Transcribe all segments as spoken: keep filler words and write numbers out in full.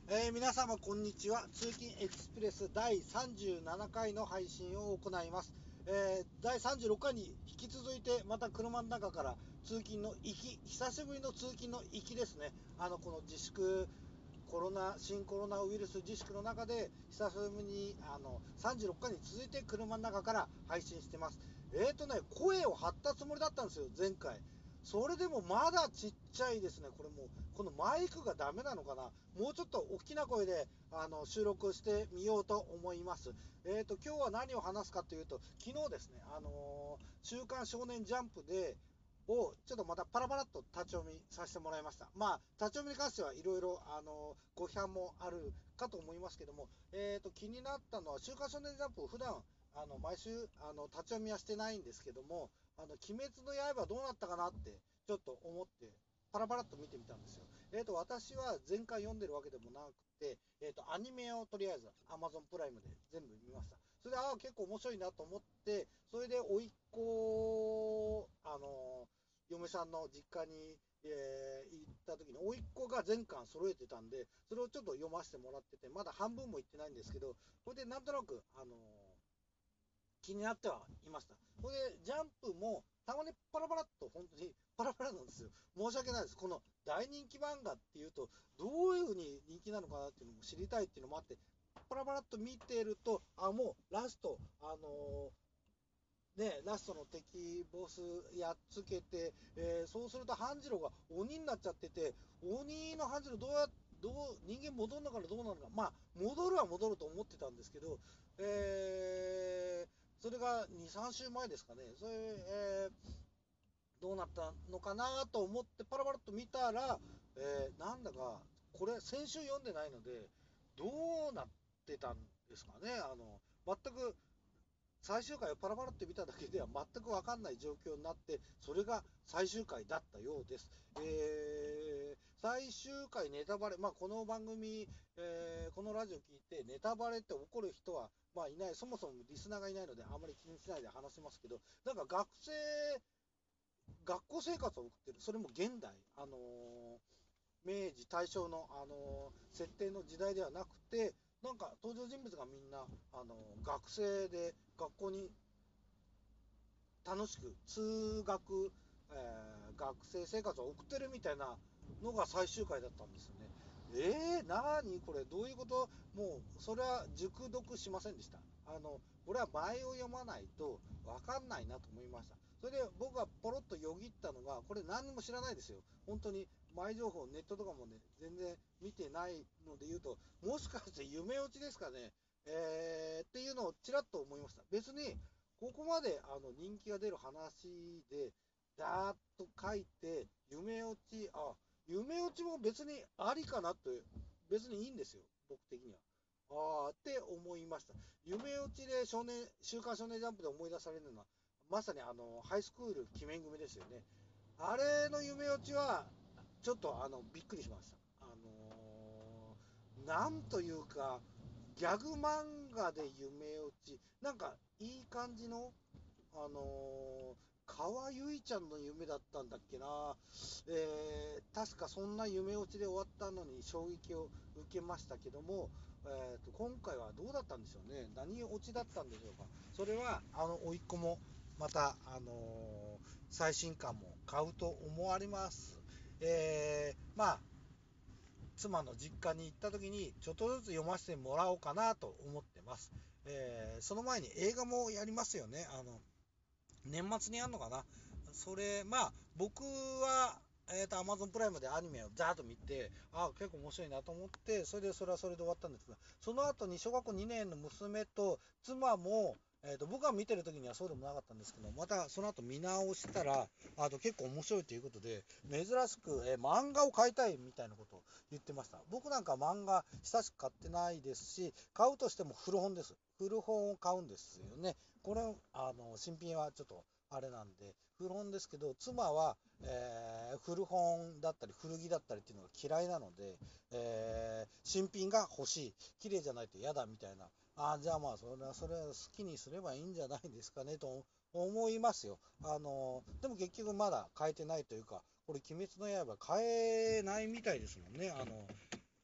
えー皆様こんにちは。通勤エクスプレスだいさんじゅうななかいの配信を行います。えーだいさんじゅうろっかいに引き続いて、また車の中から通勤の行き、久しぶりの通勤の行きですね。あのこの自粛、コロナ新コロナウイルス自粛の中で久しぶりにあのさんじゅうろっかいに続いて車の中から配信してます。えーとね声を張ったつもりだったんですよ、前回。それでもまだちっちゃいですね。これもうこのマイクがダメなのかな。もうちょっと大きな声であの収録してみようと思います。えーと今日は何を話すかというと、昨日ですね、あのー週刊少年ジャンプでをちょっとまたパラパラっと立ち読みさせてもらいました。まあ、立ち読みに関してはいろいろあのご批判もあるかと思いますけども、えー、と気になったのは、週刊少年ジャンプを普段あの毎週あの立ち読みはしてないんですけども、あの鬼滅の刃どうなったかなってちょっと思ってパラパラっと見てみたんですよ。えー、と私は前回読んでるわけでもなくて、えー、とアニメをとりあえず Amazon プライムで全部見ました。それでああ結構面白いなと思って、それで甥っ子あの嫁さんの実家に、えー行った時に甥っ子が全巻揃えてたんで、それをちょっと読ませてもらってて、まだ半分もいってないんですけど、これでなんとなく、あのー気になってはいました。これでジャンプもたまにパラパラっと本当にパラパラなんですよ。申し訳ないです。この大人気漫画っていうと、どういう風に人気なのかなっていうのも知りたいっていうのもあって、パラパラっと見てると、あ、もうラスト、あのね、ラストの敵ボスやっつけて、えーそうすると半次郎が鬼になっちゃってて、鬼の半次郎どうやどう人間戻るのかなどうなのか、まあ戻るは戻ると思ってたんですけど、えーそれがに、さん週前ですかね。それ、えーどうなったのかなと思ってパラパラっと見たら、えーなんだかこれ先週読んでないので、どうなってたんですかね。あの全く最終回をパラパラって見ただけでは全く分かんない状況になって、それが最終回だったようです。えー最終回ネタバレ、まあ、この番組、えーこのラジオ聞いてネタバレって起こる人は、まあ、いない、そもそもリスナーがいないのであまり気にしないで話しますけど、なんか学生学校生活を送ってる、それも現代、あのー明治大正の、あのー設定の時代ではなくて、なんか登場人物がみんな、あのー学生で学校に楽しく通学、えー学生生活を送ってるみたいなのが最終回だったんですよね。えー、なーにこれどういうこと。もうそれは熟読しませんでした。あのこれは前を読まないと分かんないなと思いました。それで僕がポロッとよぎったのが、これ何にも知らないですよ、本当に。前情報ネットとかもね全然見てないので言うと、もしかして夢落ちですかね。えーっていうのをちらっと思いました。別にここまであの人気が出る話で、だーっと書いて、夢落ち、あ、夢落ちも別にありかなって、別にいいんですよ、僕的には。あーって思いました。夢落ちで少年、週刊少年ジャンプで思い出されるのは、まさにあの、ハイスクール鬼面組ですよね。あれの夢落ちは、ちょっとあの、びっくりしました。あのーなんというか、ギャグ漫画で夢落ち、なんかいい感じの、あのー、川由依ちゃんの夢だったんだっけな、えー確かそんな夢落ちで終わったのに衝撃を受けましたけども、えーと今回はどうだったんでしょうね。何落ちだったんでしょうか。それは、あの、甥っ子も、また、あのー最新刊も買うと思われます。えーまあ、妻の実家に行った時にちょっとずつ読ませてもらおうかなと思ってます。えーその前に映画もやりますよね。あの年末にやるのかな。それまあ僕はえーと Amazon プライムでアニメをザーッと見て、あ結構面白いなと思って、それでそれはそれで終わったんですが、その後に小学校にねんの娘と妻も、えー、と僕が見てる時にはそうでもなかったんですけど、またその後見直したら、あと結構面白いということで、珍しく、えー漫画を買いたいみたいなことを言ってました。僕なんか漫画久しく買ってないですし、買うとしても古本です。古本を買うんですよね。これ、あの、新品はちょっとあれなんで、古本ですけど、妻は、えー古本だったり古着だったりっていうのが嫌いなので、えー新品が欲しい。綺麗じゃないと嫌だみたいな。あじゃあまあ、それは、それは好きにすればいいんじゃないですかねと思いますよ。あの、でも結局まだ買えてないというか、これ、鬼滅の刃買えないみたいですもんね。あの、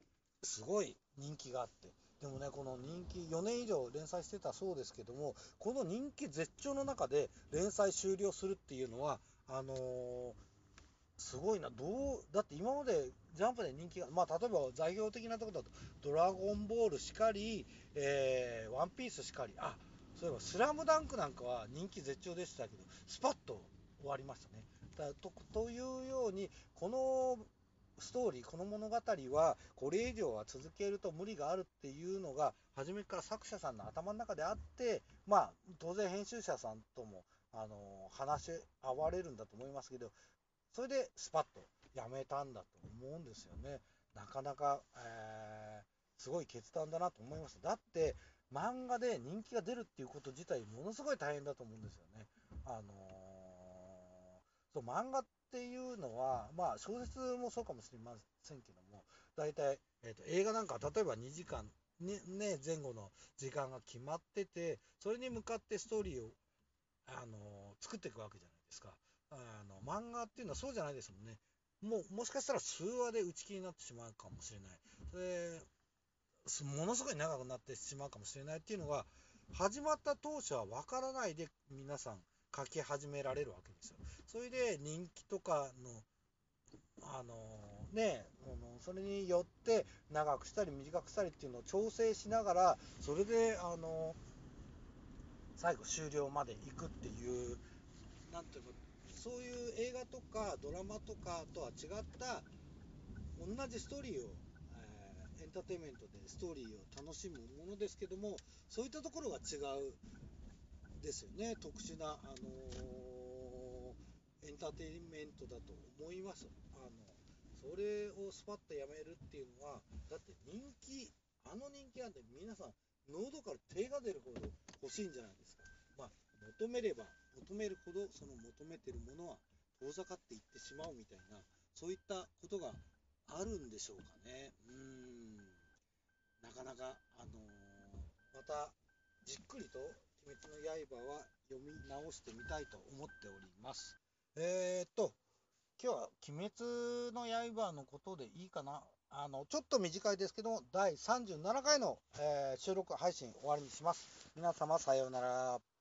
すごい人気があって、でもね、この人気よねん以上連載してたそうですけども、この人気絶頂の中で連載終了するっていうのは、あのーすごいな。どうだって今までジャンプで人気が、まあ例えば代表的なところだとドラゴンボールしかり、えーワンピースしかり、あ、そういえばスラムダンクなんかは人気絶頂でしたけどスパッと終わりましたね。だとというように、このストーリー、この物語はこれ以上は続けると無理があるっていうのが初めから作者さんの頭の中であって、まあ当然編集者さんともあの話し合われるんだと思いますけど、それでスパッとやめたんだと思うんですよね。なかなか、えーすごい決断だなと思います。だって漫画で人気が出るっていうこと自体ものすごい大変だと思うんですよね。あのーそう漫画っていうのは、まあ小説もそうかもしれませんけども、大体、えーと映画なんかは例えばにじかん、ねね、前後の時間が決まってて、それに向かってストーリーをあの作っていくわけじゃないですか。あの漫画っていうのはそうじゃないですもんね。もうもしかしたら数話で打ち切りになってしまうかもしれない。それものすごい長くなってしまうかもしれないっていうのが始まった当初は分からないで皆さん書き始められるわけですよ。それで人気とかのあのね、それによって長くしたり短くしたりっていうのを調整しながら、それであの最後終了まで行くっていう、なんていうか、そういう映画とかドラマとかとは違った同じストーリーを、えーエンターテインメントでストーリーを楽しむものですけども、そういったところが違うですよね。特殊な、あのーエンターテインメントだと思います。あのそれをスパッとやめるっていうのは、だって人気、あの人気なんて皆さん喉から手が出るほど欲しいんじゃないですか。まあ求めれば求めるほどその求めてるものは遠ざかっていってしまうみたいな、そういったことがあるんでしょうかね。うーんなかなか、あのーまたじっくりと「鬼滅の刃」は読み直してみたいと思っております。えーっと今日は「鬼滅の刃」のことでいいかな。あのちょっと短いですけどもだいさんじゅうななかいの、えー収録配信終わりにします。皆様さようなら。